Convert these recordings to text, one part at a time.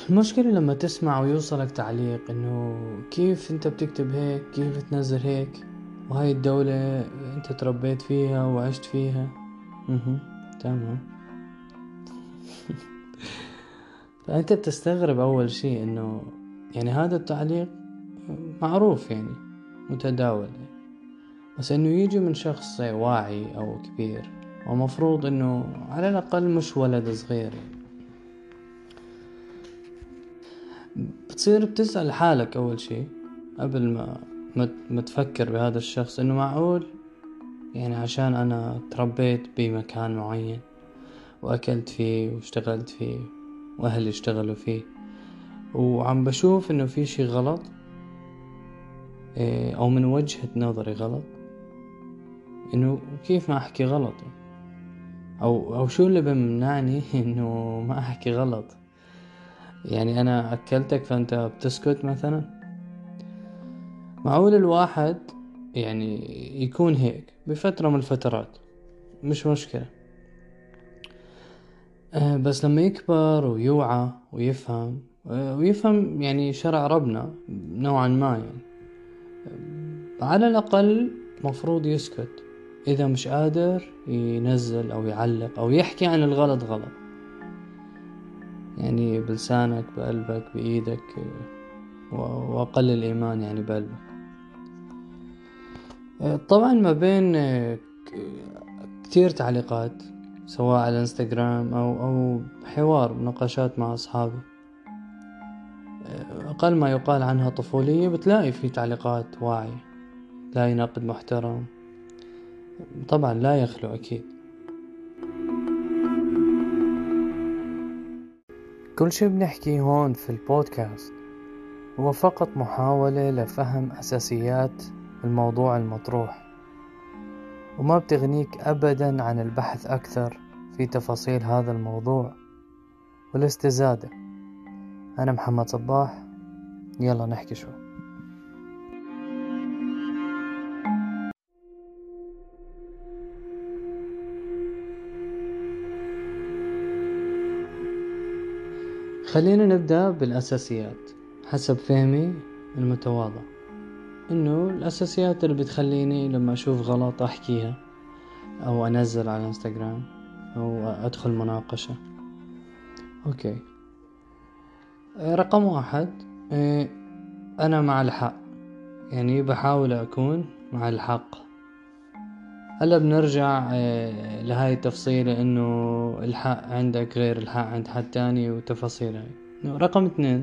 المشكلة لما تسمع ويوصلك تعليق انه كيف انت بتكتب هيك، كيف تنزل هيك، وهاي الدولة انت تربيت فيها وعشت فيها. اها، تمام. فانت بتستغرب اول شيء انه يعني هذا التعليق معروف يعني، متداول يعني. بس انه يجي من شخص واعي او كبير، ومفروض انه على الاقل مش ولد صغير يعني. بتصير بتسأل حالك أول شيء قبل ما تفكر بهذا الشخص، إنه معقول يعني عشان أنا تربيت بمكان معين وأكلت فيه واشتغلت فيه وأهلي اشتغلوا فيه، وعم بشوف إنه في شي غلط، أو من وجهة نظري غلط، إنه كيف ما أحكي غلط، أو شو اللي بمنعني إنه ما أحكي غلط؟ يعني أنا أكلتك فأنت بتسكت مثلا؟ معقول الواحد يعني يكون هيك بفترة من الفترات، مش مشكلة. بس لما يكبر ويوعى ويفهم، ويفهم يعني شرع ربنا نوعا ما يعني، على الأقل مفروض يسكت إذا مش قادر ينزل أو يعلق أو يحكي عن الغلط غلط، يعني بلسانك بقلبك بإيدك، وأقل الإيمان يعني بقلبك. طبعا ما بين كتير تعليقات، سواء على الانستغرام أو حوار مناقشات مع أصحابي، أقل ما يقال عنها طفولية، بتلاقي في تعليقات واعية، تلاقي نقد محترم، طبعا لا يخلو أكيد. كل شي بنحكي هون في البودكاست هو فقط محاولة لفهم أساسيات الموضوع المطروح، وما بتغنيك أبدا عن البحث أكثر في تفاصيل هذا الموضوع والاستزادة. أنا محمد صباح، يلا نحكي شوي. خلينا نبدأ بالأساسيات حسب فهمي المتواضع، إنه الأساسيات اللي بتخليني لما أشوف غلط أحكيها أو أنزل على انستغرام أو أدخل مناقشة. أوكي، رقم واحد، أنا مع الحق، يعني بحاول أكون مع الحق. هلا بنرجع لهاي التفصيلة، إنه الحق عندك غير الحق عند حد تاني وتفاصيل هاي. رقم اثنين،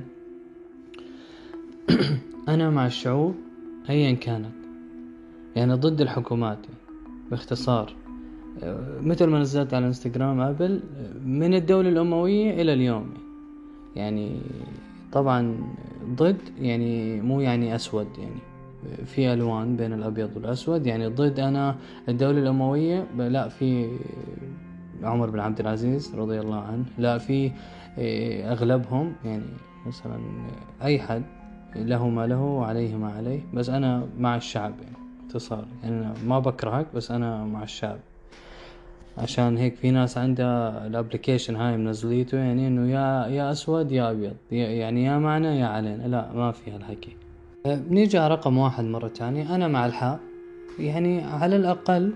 أنا مع الشعوب أيا كانت، يعني ضد الحكومات يعني. باختصار، مثل ما نزلت على الانستغرام قبل، من الدولة الأموية إلى اليوم يعني. طبعا ضد يعني مو يعني أسود، يعني في ألوان بين الأبيض والأسود، يعني ضد أنا الدولة الأموية لا، في عمر بن عبد العزيز رضي الله عنه، لا في أغلبهم يعني، مثلا أي حد له ما له وعليه ما عليه، بس أنا مع الشعب يعني. باختصار يعني أنا ما بكرهك، بس أنا مع الشعب. عشان هيك في ناس عندها الابليكيشن هاي منزليته، يعني انه يا اسود يا ابيض، يعني يا معنا يا علينا، لا ما في هالحكي. بنيجي على رقم واحد مرة تانية، انا مع الحق، يعني على الاقل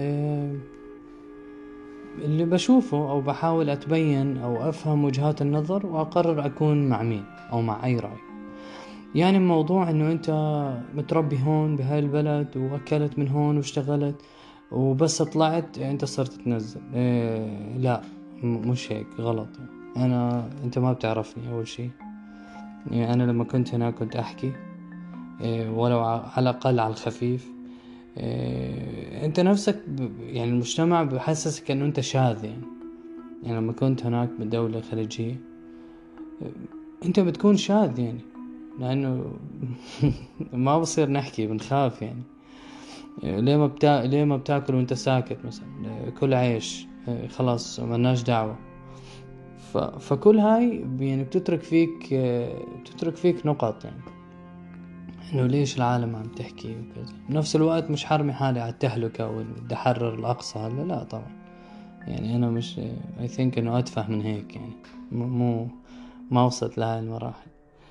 اللي بشوفه او بحاول اتبين او افهم وجهات النظر، واقرر اكون مع مين او مع اي رأي. يعني موضوع انه انت متربي هون بهاي البلد واكلت من هون واشتغلت، وبس طلعت انت صرت تنزل، لا، مش هيك، غلط. انت ما بتعرفني اول شيء. يعني انا لما كنت هنا كنت احكي، ولو على الاقل على الخفيف. انت نفسك يعني المجتمع بحسسك انه انت شاذ يعني لما كنت هناك بالدولة الخليجية، انت بتكون شاذ يعني، لانه ما بصير نحكي، بنخاف يعني. ليه ما بتاكل وانت ساكت مثلا؟ كل عيش، خلاص ملناش دعوة. فكل هاي يعني بتترك فيك نقط، يعني انه ليش العالم عم تحكي وكذا. بنفس الوقت مش حرمي حالي على التهلكة وبدي احرر الاقصى هلا، لا طبعا. يعني انا مش I think انه اتفه من هيك يعني. مو ما وصلت لهاي المراحل.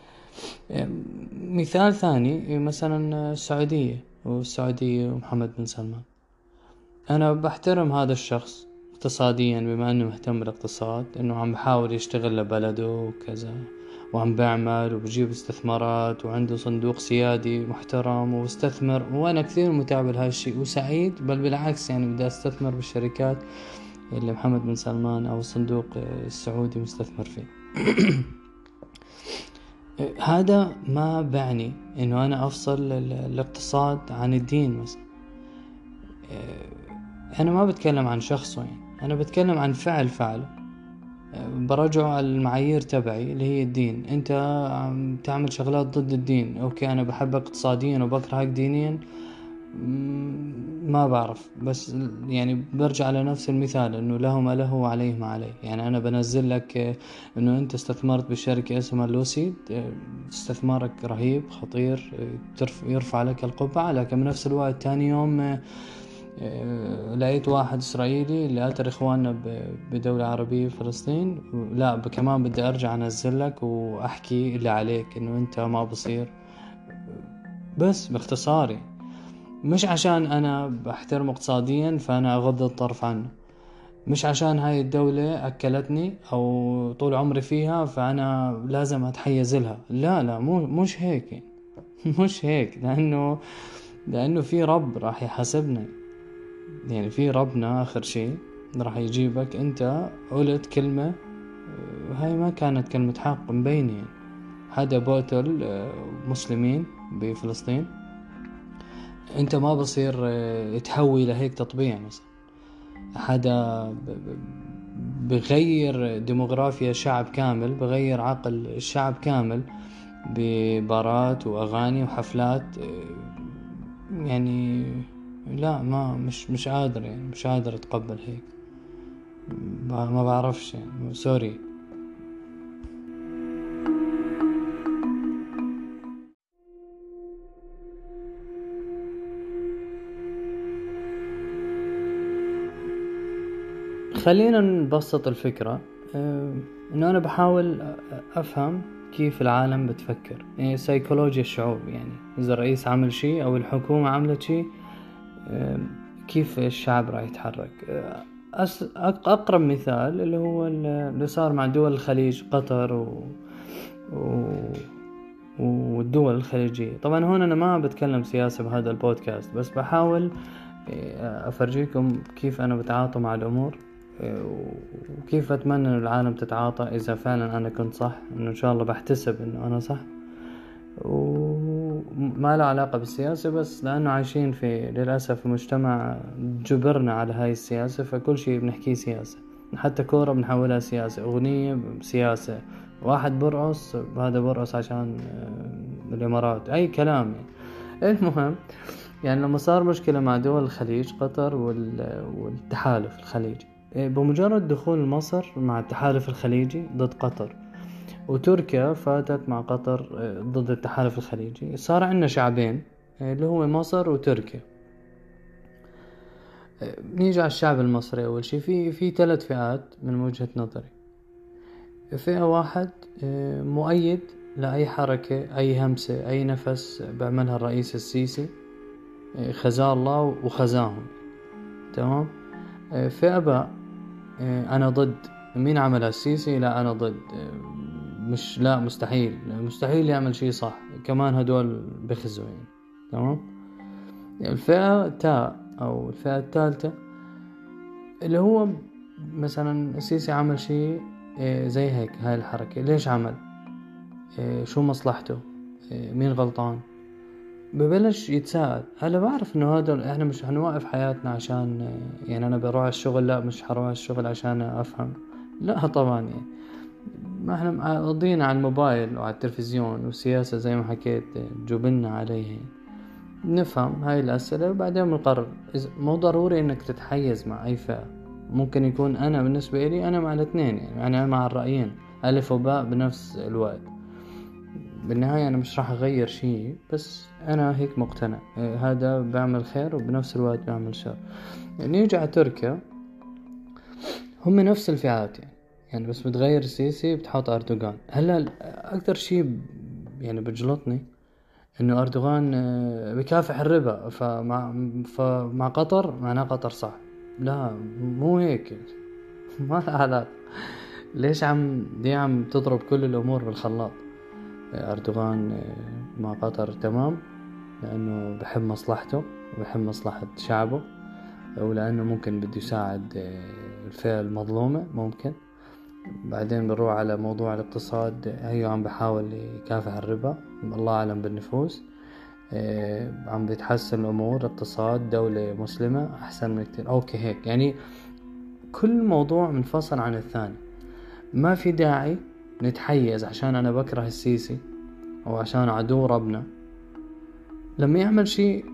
مثال ثاني مثلا السعودية ومحمد بن سلمان. أنا بحترم هذا الشخص اقتصاديا بما أنه مهتم بالاقتصاد، أنه عم بحاول يشتغل لبلده وكذا، وعم بعمل وبجيب استثمارات وعنده صندوق سيادي محترم وبستثمر، وأنا كثير متابع لهذا الشيء وسعيد، بل بالعكس يعني بدي استثمر بالشركات اللي محمد بن سلمان أو الصندوق السعودي مستثمر فيه. هذا ما بعني انه انا افصل الاقتصاد عن الدين مثلا. انا ما بتكلم عن شخصه، يعني انا بتكلم عن فعله، برجعه على المعايير تبعي اللي هي الدين. انت عم تعمل شغلات ضد الدين، اوكي انا بحبك اقتصاديا وبكرهك دينيا، ما بعرف. بس يعني برجع على نفس المثال انه له ما له وعليه ما عليه. يعني انا بنزل لك انه انت استثمرت بشركة اسمها لوسيد، استثمارك رهيب خطير، يرفع لك القبعة، لكن بنفس الوقت تاني يوم لقيت واحد اسرائيلي اللي قتل اخواننا بدولة عربية فلسطين، لا كمان بدي ارجع انزل لك واحكي اللي عليك انه انت ما بصير. بس باختصاري مش عشان انا بحترمه اقتصاديا فانا اغض الطرف عنه، مش عشان هاي الدولة اكلتني او طول عمري فيها فانا لازم اتحيز لها. لا مش هيك. مش هيك، لانه في رب راح يحاسبنا. يعني في ربنا اخر شيء راح يجيبك. انت قلت كلمة هاي ما كانت كلمة حق مبينة، يعني حدا بقتل مسلمين بفلسطين، انت ما بصير تهوي لهيك تطبيع. مثلا حدا بغير ديموغرافيا شعب كامل، بغير عقل الشعب كامل ببارات واغاني وحفلات، يعني لا ما مش قادر، يعني مش قادر اتقبل هيك. ما بعرفش، يعني سوري. خلينا نبسط الفكرة. انه انا بحاول افهم كيف العالم بتفكر، يعني سيكولوجيا الشعوب. يعني اذا الرئيس عمل شيء او الحكومة عملت شيء، كيف الشعب راح يتحرك. اقرب مثال اللي هو اللي صار مع دول الخليج، قطر و... والدول الخليجية. طبعا هون انا ما بتكلم سياسة بهذا البودكاست، بس بحاول افرجيكم كيف انا بتعاطى مع الامور، وكيف اتمنى ان العالم تتعاطى اذا فعلا انا كنت صح. انه ان شاء الله بحتسب انه انا صح، وما له علاقة بالسياسة، بس لانه عايشين في للأسف مجتمع جبرنا على هاي السياسة، فكل شيء بنحكيه سياسة. حتى كورة بنحولها سياسة، اغنية سياسة، واحد برقص هذا برقص عشان الامارات، اي كلام يعني. المهم يعني لما صار مشكلة مع دول الخليج، قطر والتحالف الخليجي، بمجرد دخول مصر مع التحالف الخليجي ضد قطر، وتركيا فاتت مع قطر ضد التحالف الخليجي، صار عندنا شعبين اللي هو مصر وتركيا. نيجي على الشعب المصري. أول شيء في 3 فئات من وجهة نظري. فئة واحد مؤيد لأي حركة، أي همسة، أي نفس بعملها الرئيس السيسي، خزاه الله وخزاهم، تمام. فئة باء أنا ضد. مين عملها السيسي؟ لا أنا ضد. مش لا مستحيل يعمل شيء صح، كمان هدول بخزوا يعني، تمام. الفئة تاء أو الفئة الثالثة اللي هو مثلا السيسي عمل شيء زي هيك، هاي الحركة ليش عمل، شو مصلحته، مين غلطان، ببلش يتساءل. هلا بعرف انه هذا احنا مش هنوقف حياتنا عشان يعني انا بروح الشغل، لا مش هروح الشغل عشان افهم، لا طبعا يعني ما احنا قضينا على الموبايل وعلى التلفزيون، والسياسة زي ما حكيت جبلنا عليه. نفهم هاي الأسئلة وبعدين بنقرر. مو ضروري انك تتحيز مع اي فئة، ممكن يكون انا بالنسبة لي انا مع الاثنين، يعني انا مع الرأيين الف وباء بنفس الوقت. بالنهاية انا مش راح اغير شيء، بس انا هيك مقتنع هذا بعمل خير وبنفس الوقت بعمل شر. يعني نيجي على تركيا، هم نفس الفئات يعني بس بتغير السيسي بتحط أردوغان. هلا أكثر شيء يعني بجلطني إنه أردوغان بكافح الربا، فمع قطر معناه قطر صح. لا مو هيك. ما لها علاقة. ليش عم تضرب كل الأمور بالخلاط؟ أردوغان مع قطر تمام لأنه بحب مصلحته وبحب مصلحة شعبه، ولأنه ممكن بده يساعد الفئة المظلومة ممكن. بعدين بنروح على موضوع الاقتصاد، هيو عم بحاول يكافح الربا، الله أعلم بالنفوس. عم بيتحسن الأمور، اقتصاد دولة مسلمة أحسن من كتير. أوكي هيك يعني كل موضوع منفصل عن الثاني. ما في داعي نتحيز عشان أنا بكره السيسي أو عشان عدو ربنا. لما يعمل شيء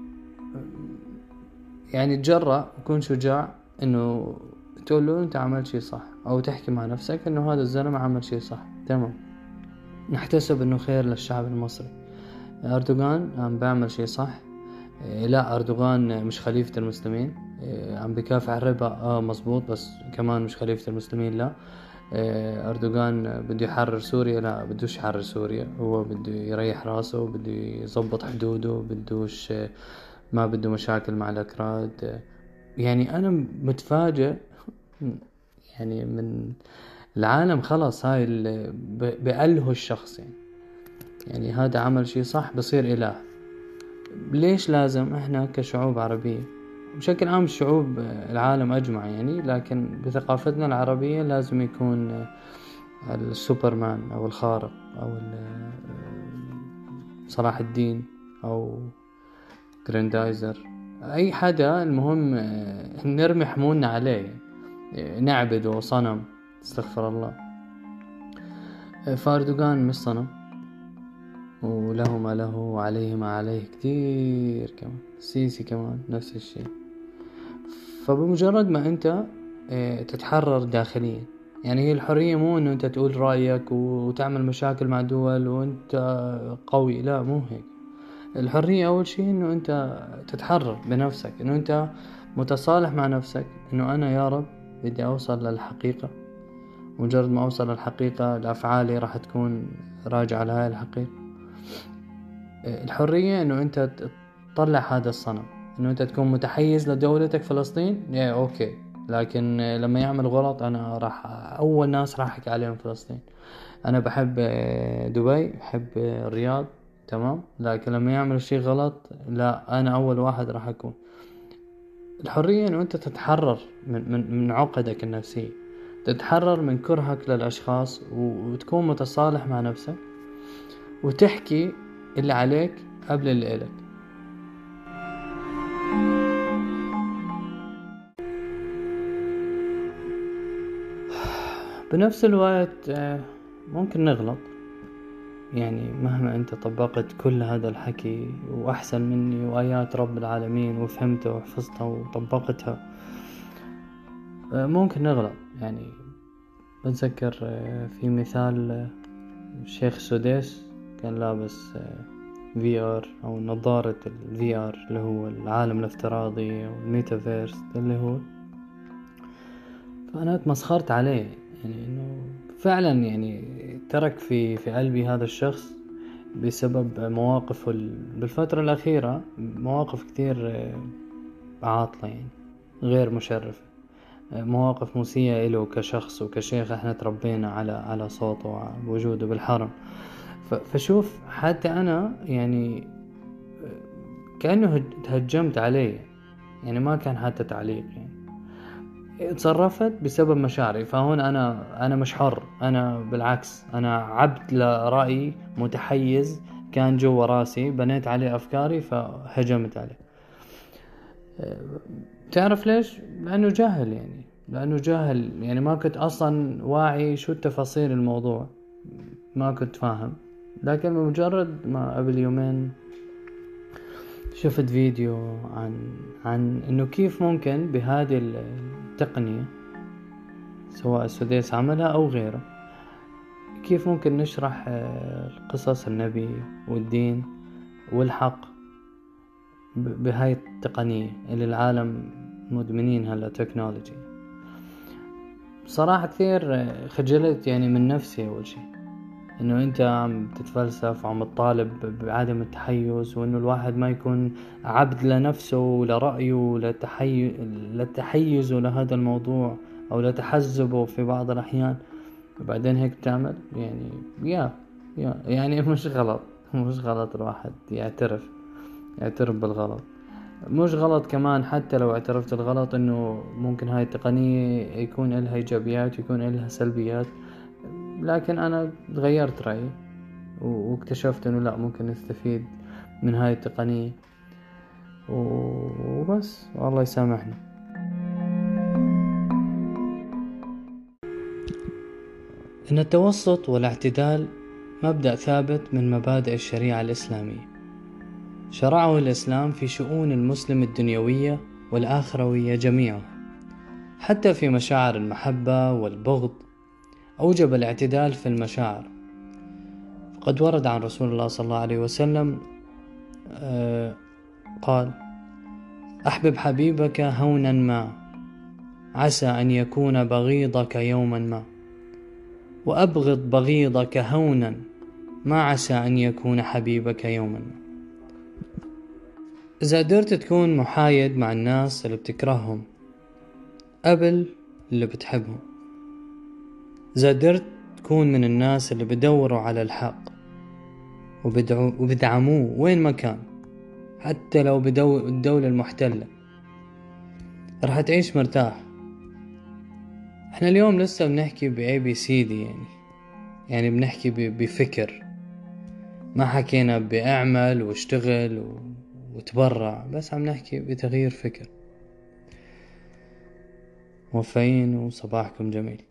يعني تجرأ وكون شجاع إنه تقول له أنت عملت شيء صح، أو تحكي مع نفسك إنه هذا الزلمة عمل شيء صح. تمام، نحتسب إنه خير للشعب المصري. أردوغان عم بعمل شيء صح. لا أردوغان مش خليفة المسلمين. عم بكافح الربا مزبوط، بس كمان مش خليفة المسلمين. لا أردوغان بده يحرر سوريا، لا بدوش يحرر سوريا، هو بده يريح راسه، بده يزبط حدوده، بدوش ما بده مشاكل مع الأكراد. يعني أنا متفاجئ يعني من العالم خلاص هاي بأله الشخص يعني هذا عمل شيء صح بصير إله. ليش لازم إحنا كشعوب عربية بشكل عام، الشعوب العالم أجمع يعني، لكن بثقافتنا العربية لازم يكون السوبرمان أو الخارق أو صلاح الدين أو جراندايزر، أي حدا المهم نرمي حمولنا عليه، نعبده صنم، استغفر الله. فأردوغان مش صنم، وله ما له وعليه ما عليه كتير. كمان السيسي كمان نفس الشيء. فبمجرد ما انت تتحرر داخليا، يعني هي الحرية مو انه انت تقول رأيك وتعمل مشاكل مع دول وانت قوي، لا مو هيك. الحرية اول شيء انه انت تتحرر بنفسك، انه انت متصالح مع نفسك انه انا يا رب بدي اوصل للحقيقة. مجرد ما اوصل للحقيقة الافعالي راح تكون راجعة لهاي الحقيقة. الحرية انه انت تطلع هذا الصنم، انه انت تكون متحيز لدولتك فلسطين، اوكي، لكن لما يعمل غلط انا راح اول ناس راح احكي عليهم فلسطين. انا بحب دبي، بحب الرياض، تمام، لكن لما يعمل شيء غلط لا انا اول واحد راح اكون. الحرية انه انت تتحرر من عقدك النفسية، تتحرر من كرهك للاشخاص وتكون متصالح مع نفسك وتحكي اللي عليك قبل اللي إلك. بنفس الوقت ممكن نغلط، يعني مهما انت طبقت كل هذا الحكي واحسن مني وآيات رب العالمين وفهمتها وحفظتها وطبقتها، ممكن نغلط. يعني بتذكر في مثال الشيخ السديس كان لابس VR أو نظارة VR اللي هو العالم الافتراضي أو الميتافيرس اللي هو، فأنا تمسخرت عليه يعني إنه فعلا يعني ترك في قلبي هذا الشخص بسبب مواقفه بالفترة الأخيرة، مواقف كتير عاطلة يعني غير مشرفة، مواقف مسيئة له كشخص وكشيخ. احنا تربينا على صوته ووجوده بالحرم. فشوف حتى أنا يعني كأنه تهجمت عليه، يعني ما كان حتى تعليق، يعني تصرفت بسبب مشاعري. فهون أنا مش حر، أنا بالعكس أنا عبد لرأي متحيز كان جوا راسي، بنيت عليه أفكاري فهجمت عليه. تعرف ليش؟ لأنه جاهل يعني ما كنت أصلا واعي شو التفاصيل الموضوع، ما كنت فاهم. لكن بمجرد ما قبل يومين شفت فيديو عن انه كيف ممكن بهذه التقنية، سواء السديس عملها او غيره، كيف ممكن نشرح قصص النبي والدين والحق بهاي التقنية اللي العالم مدمنين هلا تكنولوجي. بصراحة كثير خجلت يعني من نفسي أول شيء، إنه أنت عم تتفلسف وعم تطالب بعدم التحيز، وإنه الواحد ما يكون عبد لنفسه ولرأيه لتحيزه لهذا الموضوع أو لتحزبه في بعض الأحيان. وبعدين هيك تعمل يعني يعني مش غلط. مش غلط الواحد يعترف بالغلط. مش غلط كمان حتى لو اعترفت الغلط، انه ممكن هاي التقنية يكون لها ايجابيات ويكون لها سلبيات، لكن انا غيرت رأيي واكتشفت انه لا، ممكن نستفيد من هاي التقنية وبس، والله يسامحنا. ان التوسط والاعتدال مبدأ ثابت من مبادئ الشريعة الإسلامية، شرعه الإسلام في شؤون المسلم الدنيوية والآخروية جميعها، حتى في مشاعر المحبة والبغض أوجب الاعتدال في المشاعر. فقد ورد عن رسول الله صلى الله عليه وسلم قال: أحبب حبيبك هونا ما، عسى أن يكون بغيضك يوما ما، وأبغض بغيضك هونا، ما عسى أن يكون حبيبك يوما ما. إذا قدرت تكون محايد مع الناس اللي بتكرههم قبل اللي بتحبهم، إذا قدرت تكون من الناس اللي بدوروا على الحق وبدعموه وين ما كان، حتى لو الدولة المحتلة، رح تعيش مرتاح. احنا اليوم لسه بنحكي ABCD، يعني بنحكي بفكر، ما حكينا بأعمل واشتغل وتبرع، بس عم نحكي بتغيير فكر. موفقين وصباحكم جميل.